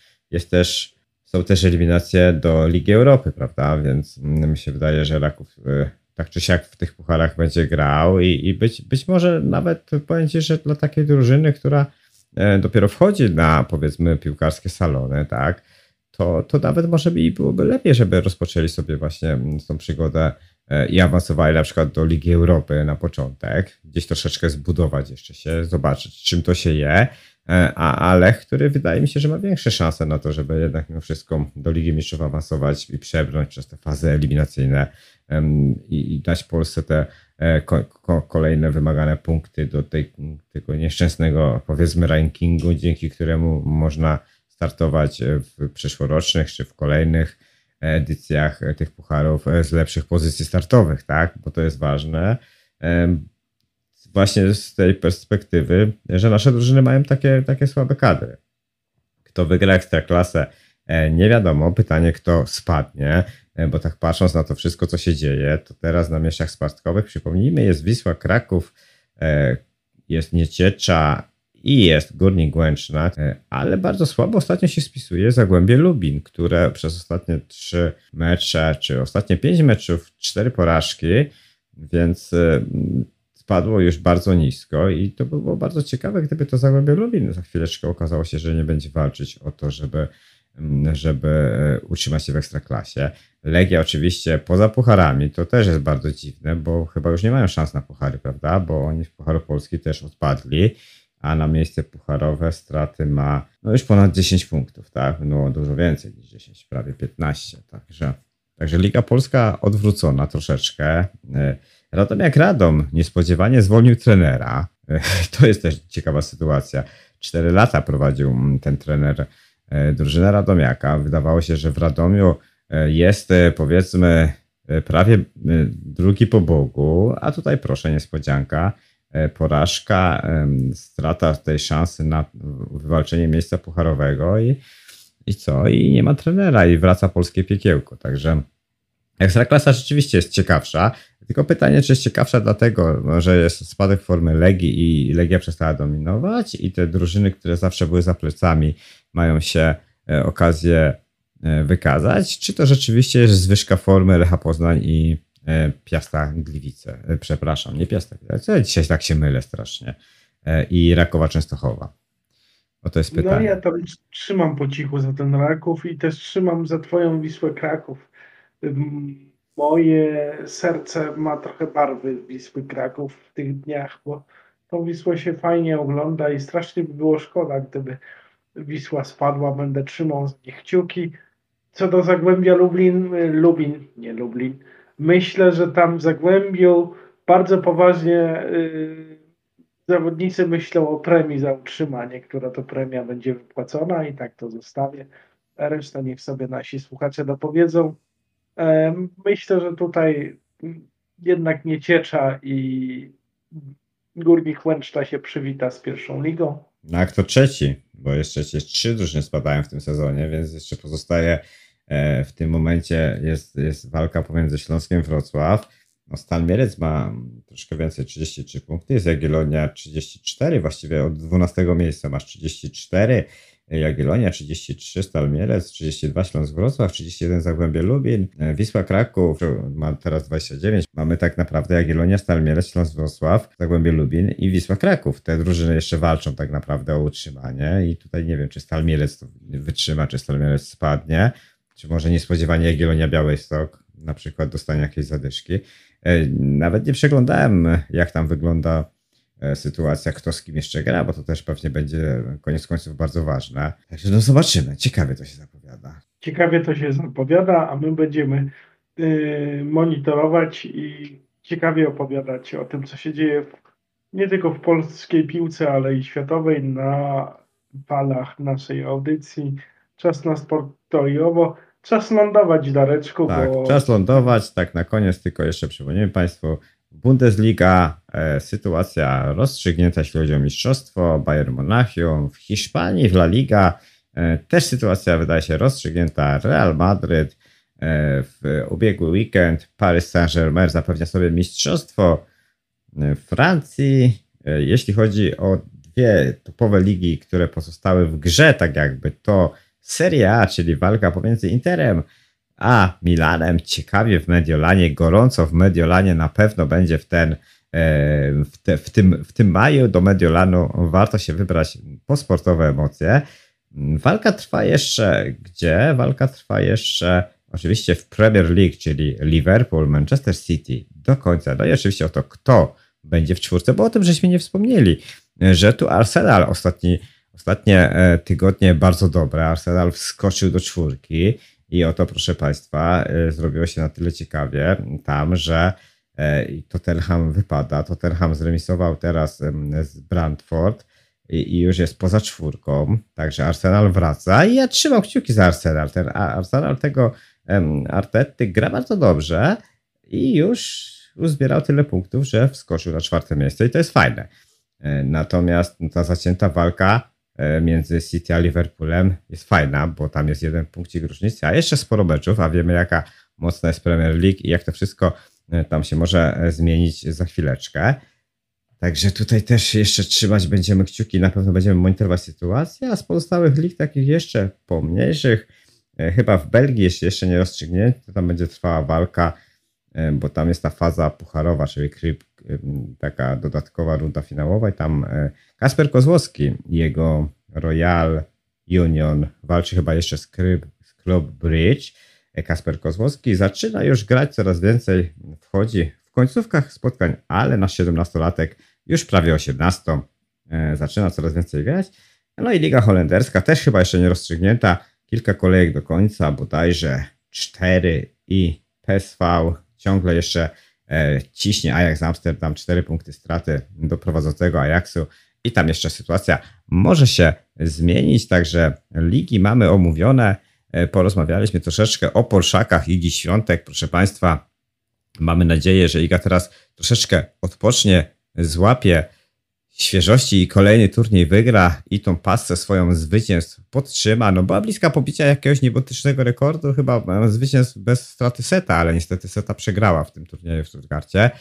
są też eliminacje do Ligi Europy, prawda? Więc mi się wydaje, że Raków tak czy siak w tych pucharach będzie grał i być może nawet powiem Ci, że dla takiej drużyny, która dopiero wchodzi na, powiedzmy, piłkarskie salony, tak, to nawet może byłoby lepiej, żeby rozpoczęli sobie właśnie tą przygodę i awansowali na przykład do Ligi Europy na początek, gdzieś troszeczkę zbudować jeszcze się, zobaczyć czym to się je, a Lech, który wydaje mi się, że ma większe szanse na to, żeby jednak mimo wszystko do Ligi Mistrzów awansować i przebrnąć przez te fazy eliminacyjne i dać Polsce te kolejne wymagane punkty do tego nieszczęsnego, powiedzmy, rankingu, dzięki któremu można startować w przyszłorocznych czy w kolejnych edycjach tych pucharów z lepszych pozycji startowych, tak? Bo to jest ważne. Właśnie z tej perspektywy, że nasze drużyny mają takie słabe kadry. Kto wygra Ekstraklasę, nie wiadomo. Pytanie, kto spadnie, bo tak patrząc na to wszystko, co się dzieje, to teraz na miejscach spadkowych, przypomnijmy, jest Wisła Kraków, jest Nieciecza i jest Górnik Łęczna, ale bardzo słabo ostatnio się spisuje Zagłębie Lubin, które przez ostatnie 3 mecze, czy ostatnie 5 meczów, 4 porażki, więc spadło już bardzo nisko i to by było bardzo ciekawe, gdyby to Zagłębie Lubin za chwileczkę okazało się, że nie będzie walczyć o to, żeby utrzymać się w Ekstraklasie. Legia oczywiście poza pucharami, to też jest bardzo dziwne, bo chyba już nie mają szans na puchary, prawda? Bo oni w Pucharu Polski też odpadli, a na miejsce pucharowe straty ma no już ponad 10 punktów, tak? No dużo więcej niż 10, prawie 15, Także Liga Polska odwrócona troszeczkę. Radomiak Radom niespodziewanie zwolnił trenera. To jest też ciekawa sytuacja. 4 lata prowadził ten trener drużynę Radomiaka. Wydawało się, że w Radomiu jest, powiedzmy, prawie drugi po Bogu, a tutaj proszę, niespodzianka, porażka, strata tej szansy na wywalczenie miejsca pucharowego i co? I nie ma trenera i wraca polskie piekiełko. Także Ekstraklasa rzeczywiście jest ciekawsza, tylko pytanie, czy jest ciekawsza dlatego, że jest spadek formy Legii i Legia przestała dominować i te drużyny, które zawsze były za plecami, mają się okazję wykazać, czy to rzeczywiście jest zwyżka formy Lecha Poznań i Piasta Gliwice, przepraszam, nie Piasta Gliwice, ja dzisiaj tak się mylę strasznie, i Rakowa Częstochowa. O to jest pytanie. No ja tam trzymam po cichu za ten Raków i też trzymam za twoją Wisłę Kraków. Moje serce ma trochę barwy Wisły Kraków w tych dniach, bo tą Wisłę się fajnie ogląda i strasznie by było szkoda, gdyby Wisła spadła. Będę trzymał z nich kciuki. Co do Zagłębia Lublin. Myślę, że tam w Zagłębiu bardzo poważnie zawodnicy myślą o premii za utrzymanie, która to premia będzie wypłacona i tak to zostawię. A resztę niech sobie nasi słuchacze dopowiedzą. Myślę, że tutaj jednak Nieciecza i Górnik Łęczna się przywita z pierwszą ligą. No a kto trzeci? Bo jeszcze 3 drużyny spadają w tym sezonie, więc jeszcze pozostaje w tym momencie jest walka pomiędzy Śląskiem Wrocław. No Stal Mielec ma troszkę więcej, 33 punkty, jest Jagiellonia 34, właściwie od 12 miejsca masz 34, Jagiellonia 33, Stal Mielec 32, Śląsk Wrocław 31, Zagłębie Lubin, Wisła Kraków ma teraz 29. Mamy tak naprawdę Jagiellonia, Stal Mielec, Śląsk Wrocław, Zagłębie Lubin i Wisła Kraków. Te drużyny jeszcze walczą tak naprawdę o utrzymanie i tutaj nie wiem, czy Stal Mielec to wytrzyma, czy Stal Mielec spadnie, czy może niespodziewanie Jagiellonia Białystok na przykład dostanie jakieś zadyszki. Nawet nie przeglądałem, jak tam wygląda sytuacja, kto z kim jeszcze gra, bo to też pewnie będzie koniec końców bardzo ważne. Także no zobaczymy. Ciekawie to się zapowiada. Ciekawie to się zapowiada, a my będziemy monitorować i ciekawie opowiadać o tym, co się dzieje nie tylko w polskiej piłce, ale i światowej na falach naszej audycji. Czas na sport to i owo. Czas lądować, Dareczku, Tak, bo czas lądować. Tak na koniec tylko jeszcze przypomnimy Państwu, Bundesliga, sytuacja rozstrzygnięta, jeśli chodzi o mistrzostwo, Bayern Monachium, w Hiszpanii, w La Liga, też sytuacja wydaje się rozstrzygnięta, Real Madryt, w ubiegły weekend Paris Saint-Germain zapewnia sobie mistrzostwo Francji. Jeśli chodzi o dwie topowe ligi, które pozostały w grze, tak jakby to Serie A, czyli walka pomiędzy Interem a Milanem. Ciekawie w Mediolanie, gorąco w Mediolanie na pewno będzie w tym maju. Do Mediolanu warto się wybrać po sportowe emocje. Walka trwa jeszcze gdzie? Walka trwa jeszcze oczywiście w Premier League, czyli Liverpool, Manchester City do końca. No i oczywiście o to, kto będzie w czwórce, bo o tym żeśmy nie wspomnieli, że tu Arsenal ostatnie tygodnie bardzo dobre. Arsenal wskoczył do czwórki i oto, proszę Państwa, zrobiło się na tyle ciekawie tam, że Tottenham wypada. Tottenham zremisował teraz z Brentford i już jest poza czwórką, także Arsenal wraca i ja trzymam kciuki za Arsenal. Ten Arsenal tego Artety gra bardzo dobrze i już uzbierał tyle punktów, że wskoczył na czwarte miejsce i to jest fajne. Natomiast ta zacięta walka między City a Liverpoolem jest fajna, bo tam jest 1 punkcik różnicy, a jeszcze sporo meczów, a wiemy jaka mocna jest Premier League i jak to wszystko tam się może zmienić za chwileczkę. Także tutaj też jeszcze trzymać będziemy kciuki, na pewno będziemy monitorować sytuację, a z pozostałych lig takich jeszcze pomniejszych, chyba w Belgii jeszcze nie rozstrzygnięte, tam będzie trwała walka, bo tam jest ta faza pucharowa, czyli taka dodatkowa runda finałowa i tam Kasper Kozłowski i jego Royal Union walczy chyba jeszcze z Club Bridge. Kasper Kozłowski zaczyna już grać, coraz więcej wchodzi w końcówkach spotkań, ale nasz 17-latek już prawie 18 zaczyna coraz więcej grać. No i Liga Holenderska też chyba jeszcze nie rozstrzygnięta. Kilka kolejek do końca, bodajże 4 i PSV ciągle jeszcze ciśnie Ajax Amsterdam, 4 punkty straty do prowadzącego Ajaxu i tam jeszcze sytuacja może się zmienić, także ligi mamy omówione. Porozmawialiśmy troszeczkę o Polszakach Ligi Świątek. Proszę Państwa, mamy nadzieję, że Liga teraz troszeczkę odpocznie, złapie świeżości i kolejny turniej wygra i tą pasę swoją zwycięstw podtrzyma. No była bliska pobicia jakiegoś niebotycznego rekordu, chyba zwycięstw bez straty seta, ale niestety seta przegrała w tym turnieju w Stuttgarcie.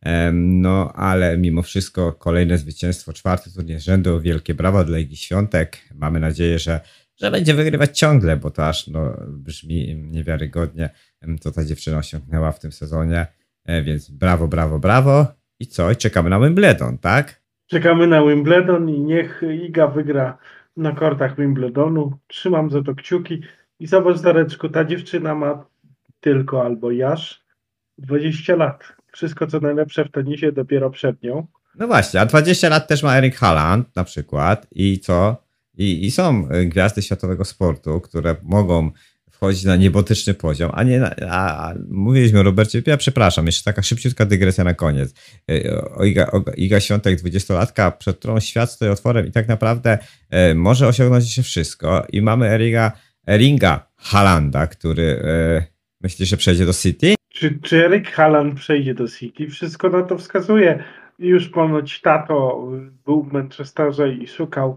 No ale mimo wszystko kolejne zwycięstwo, 4. turniej z rzędu, wielkie brawa dla Ligi Świątek. Mamy nadzieję, że będzie wygrywać ciągle, bo to aż brzmi niewiarygodnie, co ta dziewczyna osiągnęła w tym sezonie, więc brawo, brawo, brawo. I co? I czekamy na Wimbledon, tak? czekamy na Wimbledon i niech Iga wygra na kortach Wimbledonu. Trzymam za to kciuki. I zobacz, Dareczku, ta dziewczyna ma tylko albo Jasz 20 lat. Wszystko co najlepsze w tenisie dopiero przed nią. No właśnie, a 20 lat też ma Erik Haaland na przykład i co? I są gwiazdy światowego sportu, które mogą wchodzi na niebotyczny poziom, a nie mówiliśmy o Robercie, ja przepraszam, jeszcze taka szybciutka dygresja na koniec. Iga Świątek, 20-latka, przed którą świat stoi otworem i tak naprawdę może osiągnąć się wszystko i mamy Erlinga Haalanda, który myśli, że przejdzie do City. Czy Erik Haaland przejdzie do City? Wszystko na to wskazuje. Już ponoć tato był w Manchesterze i szukał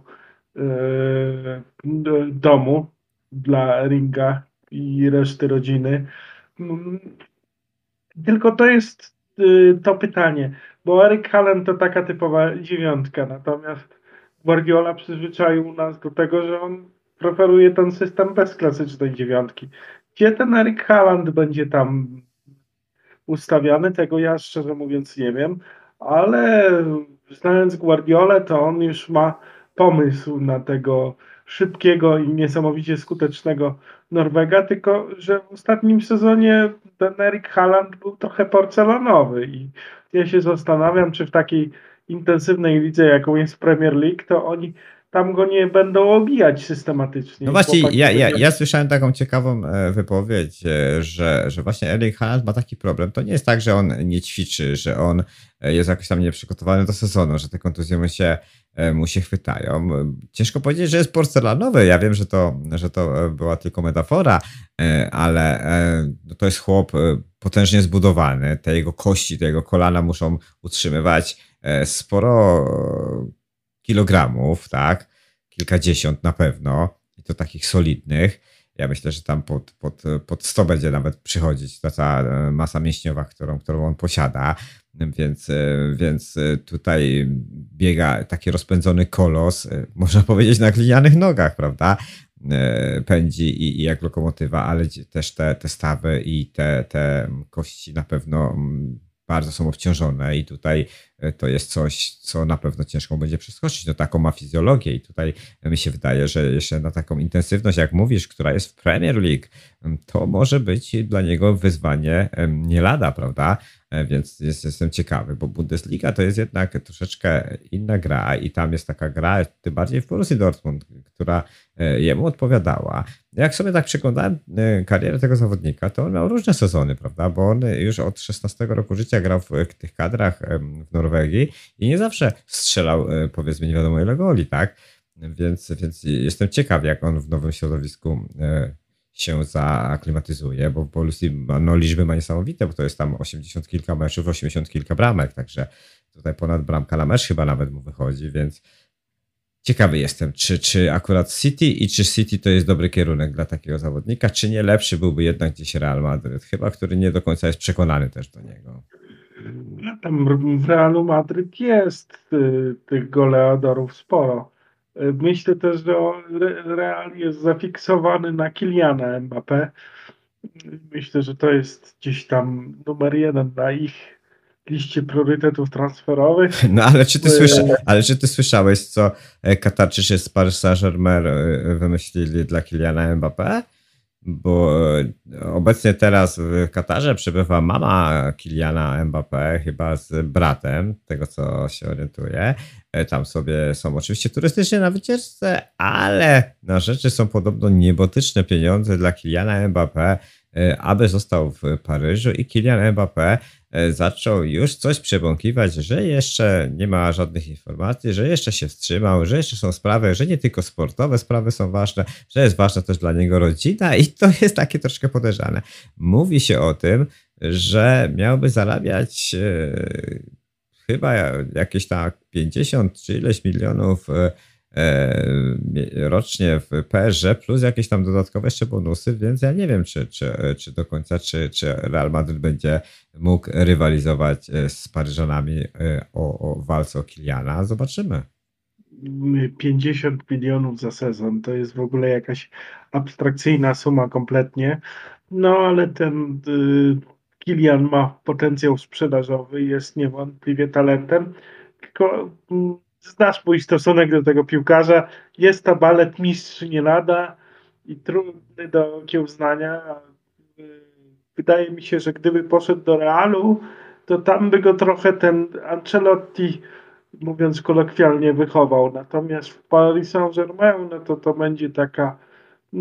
domu dla Eringa i reszty rodziny. Mm, Tylko to jest to pytanie, bo Erik Haaland to taka typowa dziewiątka, natomiast Guardiola przyzwyczaił nas do tego, że on preferuje ten system bez klasycznej dziewiątki. Gdzie ten Erik Haaland będzie tam ustawiany, tego ja szczerze mówiąc nie wiem, ale znając Guardiolę, to on już ma pomysł na tego szybkiego i niesamowicie skutecznego Norwega, tylko że w ostatnim sezonie ten Erik Haaland był trochę porcelanowy i ja się zastanawiam, czy w takiej intensywnej lidze, jaką jest Premier League, to oni tam go nie będą obijać systematycznie. No właśnie, ja słyszałem taką ciekawą wypowiedź, że właśnie Erling Haaland ma taki problem. To nie jest tak, że on nie ćwiczy, że on jest jakoś tam nieprzygotowany do sezonu, że te kontuzje mu się chwytają. Ciężko powiedzieć, że jest porcelanowy. Ja wiem, że to była tylko metafora, ale to jest chłop potężnie zbudowany. Te jego kości, te jego kolana muszą utrzymywać sporo kilogramów, tak? Kilkadziesiąt na pewno i to takich solidnych. Ja myślę, że tam pod 100 będzie nawet przychodzić ta cała masa mięśniowa, którą on posiada. Więc tutaj biega taki rozpędzony kolos, można powiedzieć na glinianych nogach, prawda? Pędzi i jak lokomotywa, ale też te stawy i te kości na pewno bardzo są obciążone i tutaj to jest coś, co na pewno ciężko będzie przeskoczyć. No taką ma fizjologię i tutaj mi się wydaje, że jeszcze na taką intensywność, jak mówisz, która jest w Premier League, to może być dla niego wyzwanie nie lada, prawda? Więc jestem ciekawy, bo Bundesliga to jest jednak troszeczkę inna gra i tam jest taka gra, tym bardziej w Borussii Dortmund, która jemu odpowiadała. Jak sobie tak przeglądałem karierę tego zawodnika, to on miał różne sezony, prawda? Bo on już od 16 roku życia grał w tych kadrach w Norwegii i nie zawsze strzelał, powiedzmy, nie wiadomo ile goli, tak? Więc jestem ciekaw, jak on w nowym środowisku się zaaklimatyzuje, bo w Borussii liczby ma niesamowite, bo to jest tam 80 kilka meczów, 80 kilka bramek, także tutaj ponad bramka na mecz chyba nawet mu wychodzi, więc ciekawy jestem, czy akurat City i czy City to jest dobry kierunek dla takiego zawodnika, czy nie lepszy byłby jednak gdzieś Real Madryt, chyba który nie do końca jest przekonany też do niego. Tam w Realu Madryt jest tych goleadorów sporo. Myślę też, że Real jest zafiksowany na Kyliana Mbappé. Myślę, że to jest gdzieś tam numer jeden na ich liście priorytetów transferowych. No ale czy ty słyszałeś, co Katarczycy z Paris Saint-Germain wymyślili dla Kyliana Mbappé? Bo obecnie teraz w Katarze przebywa mama Kyliana Mbappé, chyba z bratem, tego co się orientuje. Tam sobie są oczywiście turystycznie na wycieczce, ale na rzeczy są podobno niebotyczne pieniądze dla Kyliana Mbappé, aby został w Paryżu i Kylian Mbappé zaczął już coś przebąkiwać, że jeszcze nie ma żadnych informacji, że jeszcze się wstrzymał, że jeszcze są sprawy, że nie tylko sportowe sprawy są ważne, że jest ważna też dla niego rodzina i to jest takie troszkę podejrzane. Mówi się o tym, że miałby zarabiać chyba jakieś tak 50 czy ileś milionów rocznie w PSG plus jakieś tam dodatkowe jeszcze bonusy, więc ja nie wiem, czy do końca, czy Real Madrid będzie mógł rywalizować z Paryżanami o walce o Kyliana. Zobaczymy. 50 milionów za sezon to jest w ogóle jakaś abstrakcyjna suma kompletnie. No ale ten Kylian ma potencjał sprzedażowy, jest niewątpliwie talentem. Tylko znasz mój stosunek do tego piłkarza. Jest to balet mistrz nie lada i trudny do okiełznania. Wydaje mi się, że gdyby poszedł do Realu, to tam by go trochę ten Ancelotti, mówiąc kolokwialnie, wychował. Natomiast w Paris Saint-Germain, no to będzie taka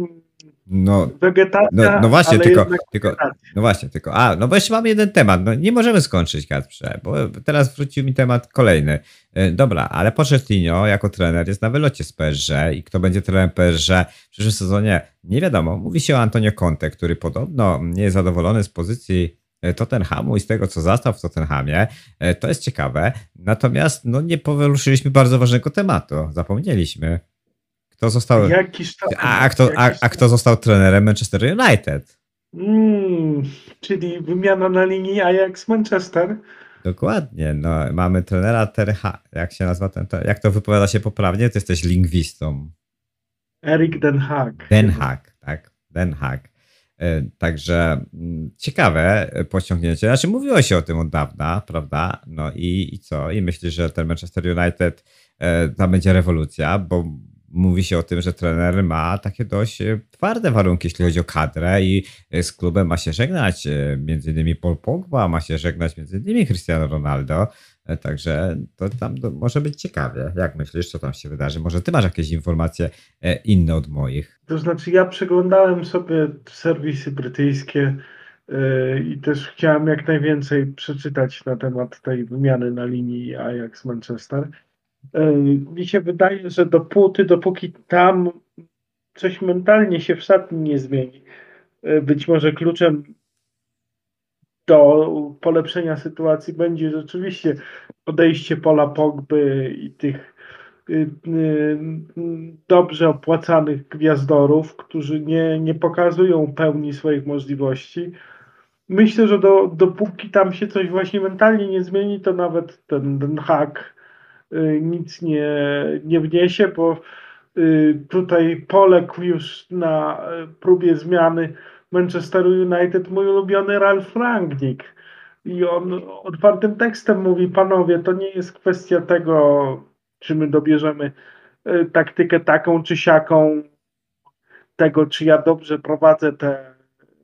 No, no Wegetacja, właśnie, ale jednak tylko, wegetacja. no właśnie, no bo jeszcze mamy jeden temat, no nie możemy skończyć, Kacprze, bo teraz wrócił mi temat kolejny. Dobra, ale Pochettino jako trener jest na wylocie z PSG i kto będzie trenerem PSG w przyszłym sezonie, nie wiadomo. Mówi się o Antonio Conte, który podobno nie jest zadowolony z pozycji Tottenhamu i z tego, co zastał w Tottenhamie. To jest ciekawe, natomiast no nie poruszyliśmy bardzo ważnego tematu, zapomnieliśmy. Kto został, Jakiż to temat? a kto został trenerem Manchester United? Mm, czyli wymiana na linii Ajax-Manchester. Dokładnie, no mamy trenera jak się nazywa jak to wypowiada się poprawnie? Ty jesteś lingwistą. Erik Den Haag. Den Haag, tak, Den Haag. Także ciekawe pociągnięcie. Znaczy mówiło się o tym od dawna, prawda? No i co? I myślisz, że ten Manchester United tam będzie rewolucja, bo mówi się o tym, że trener ma takie dość twarde warunki, jeśli chodzi o kadrę i z klubem ma się żegnać między innymi Paul Pogba, ma się żegnać między innymi Cristiano Ronaldo, także to tam może być ciekawie. Jak myślisz, co tam się wydarzy? Może ty masz jakieś informacje inne od moich? To znaczy, ja przeglądałem sobie serwisy brytyjskie i też chciałem jak najwięcej przeczytać na temat tej wymiany na linii Ajax-Manchester. Mi się wydaje, że dopóki tam coś mentalnie się w szatni nie zmieni, być może kluczem do polepszenia sytuacji będzie rzeczywiście odejście Paula Pogby i tych dobrze opłacanych gwiazdorów, którzy nie pokazują pełni swoich możliwości. Myślę, że dopóki tam się coś właśnie mentalnie nie zmieni, to nawet ten hak nic nie wniesie, bo tutaj poległ już na próbie zmiany Manchesteru United mój ulubiony Ralf Rangnick. I on otwartym tekstem mówi: panowie, to nie jest kwestia tego, czy my dobierzemy taktykę taką czy siaką, tego, czy ja dobrze prowadzę te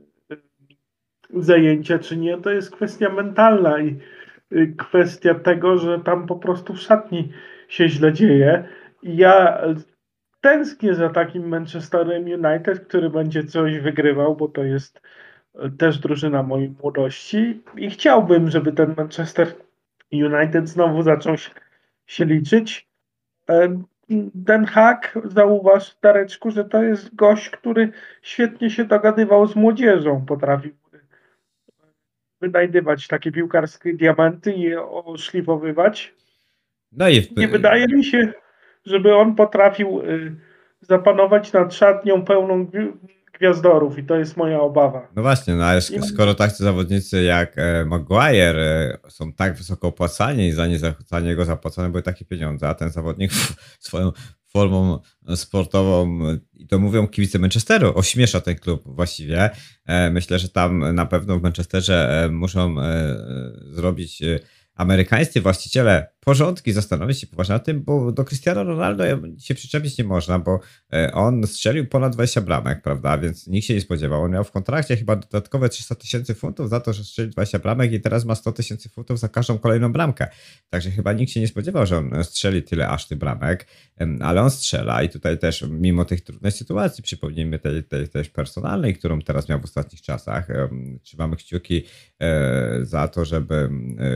zajęcia, czy nie. To jest kwestia mentalna i kwestia tego, że tam po prostu w szatni się źle dzieje. I ja tęsknię za takim Manchesterem United, który będzie coś wygrywał, bo to jest też drużyna mojej młodości i chciałbym, żeby ten Manchester United znowu zaczął się liczyć. Den Haag, zauważ, Dareczku, że to jest gość, który świetnie się dogadywał z młodzieżą, potrafił wynajdywać takie piłkarskie diamenty i je oszlifowywać. No i Nie wydaje mi się, żeby on potrafił zapanować nad szatnią pełną gwiazdorów i to jest moja obawa. no właśnie, no ale skoro tacy zawodnicy jak Maguire są tak wysoko opłacani i za niego zapłacone były takie pieniądze, a ten zawodnik swoją formą sportową, i to mówią kibice Manchesteru, ośmiesza ten klub właściwie. Myślę, że tam na pewno w Manchesterze muszą zrobić amerykańscy właściciele porządki, zastanowić się poważnie nad tym, bo do Cristiano Ronaldo się przyczepić nie można, bo on strzelił ponad 20 bramek, prawda, więc nikt się nie spodziewał. On miał w kontrakcie chyba dodatkowe 300 000 funtów za to, że strzelił 20 bramek i teraz ma 100 000 funtów za każdą kolejną bramkę. Także chyba nikt się nie spodziewał, że on strzeli tyle aż tych bramek, ale on strzela i tutaj też mimo tych trudnych sytuacji, przypomnijmy tej też personalnej, którą teraz miał w ostatnich czasach, trzymamy kciuki za to, żeby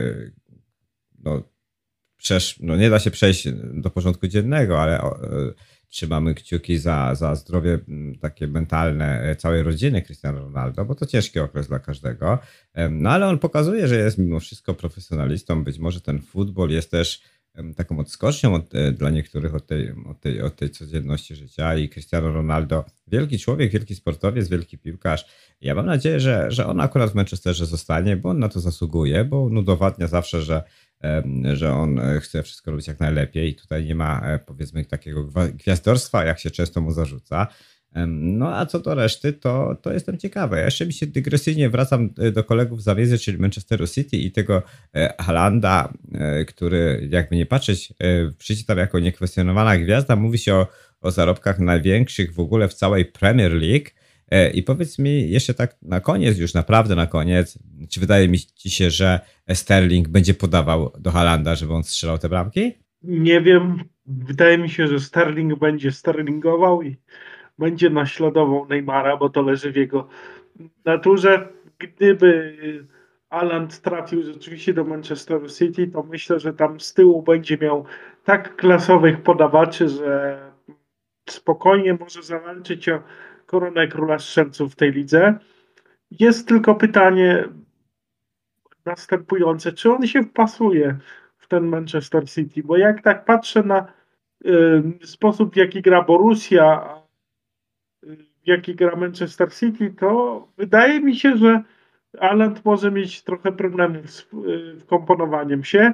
no nie da się przejść do porządku dziennego, ale trzymamy kciuki za zdrowie takie mentalne całej rodziny Cristiano Ronaldo, bo to ciężki okres dla każdego. No ale on pokazuje, że jest mimo wszystko profesjonalistą. Być może ten futbol jest też taką odskocznią dla niektórych od tej codzienności życia i Cristiano Ronaldo, wielki człowiek, wielki sportowiec, wielki piłkarz. Ja mam nadzieję, że on akurat w Manchesterze zostanie, bo on na to zasługuje, bo on udowadnia zawsze, że on chce wszystko robić jak najlepiej i tutaj nie ma powiedzmy takiego gwiazdorstwa, jak się często mu zarzuca. No a co do reszty, to jestem ciekawy. Ja jeszcze mi się dygresyjnie wracam do kolegów z zawiedzy, czyli Manchesteru City i tego Haalanda, który jakby nie patrzeć, przyjdzie tam jako niekwestionowana gwiazda. Mówi się o zarobkach największych w ogóle w całej Premier League. I powiedz mi jeszcze tak na koniec, już naprawdę na koniec, czy wydaje mi ci się, że Sterling będzie podawał do Haalanda, żeby on strzelał te bramki? Nie wiem, wydaje mi się, że Sterling będzie sterlingował i będzie naśladował Neymara, bo to leży w jego naturze. Gdyby Haaland trafił rzeczywiście do Manchesteru City, to myślę, że tam z tyłu będzie miał tak klasowych podawaczy, że spokojnie może zawalczyć o koronę króla strzelców w tej lidze. Jest tylko pytanie następujące, czy on się wpasuje w ten Manchester City, bo jak tak patrzę na sposób, w jaki gra Borussia, a w jaki gra Manchester City, to wydaje mi się, że Haaland może mieć trochę problemów z wkomponowaniem się.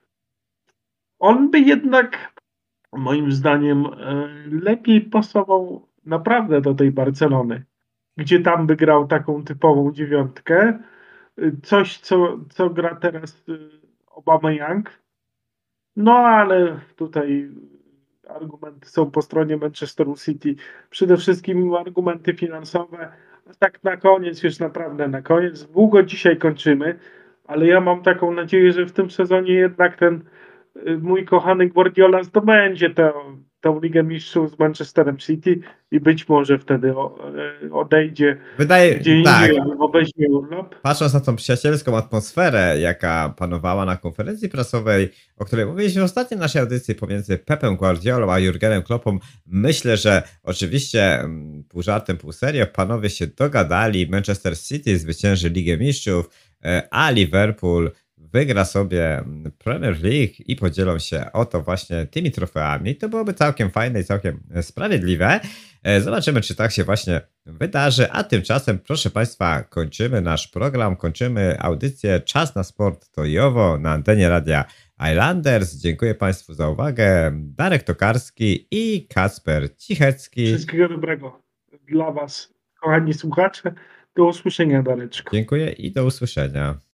On by jednak, moim zdaniem, lepiej pasował naprawdę do tej Barcelony, gdzie tam by grał taką typową dziewiątkę. Coś, co gra teraz Aubameyang. No ale tutaj argumenty są po stronie Manchesteru City. Przede wszystkim argumenty finansowe. A tak na koniec, już naprawdę na koniec. Długo dzisiaj kończymy, ale ja mam taką nadzieję, że w tym sezonie jednak ten mój kochany Guardiola zdobędzie tę Ligę Mistrzów z Manchesterem City i być może wtedy odejdzie gdzie Tak, indziej albo weźmie urlop. patrząc na tą przyjacielską atmosferę, jaka panowała na konferencji prasowej, o której mówiliśmy w ostatniej naszej audycji pomiędzy Pepem Guardiolą a Jurgenem Kloppą, myślę, że oczywiście pół żartem, pół serio, panowie się dogadali, Manchester City zwycięży Ligę Mistrzów, a Liverpool wygra sobie Premier League i podzielą się oto właśnie tymi trofeami. To byłoby całkiem fajne i całkiem sprawiedliwe. Zobaczymy, czy tak się właśnie wydarzy. A tymczasem, proszę Państwa, kończymy nasz program, kończymy audycję Czas na Sport to Jowo na antenie Radia Islanders. Dziękuję Państwu za uwagę. Darek Tokarski i Kacper Cichecki. Wszystkiego dobrego dla Was, kochani słuchacze. Do usłyszenia, Dareczko. Dziękuję i do usłyszenia.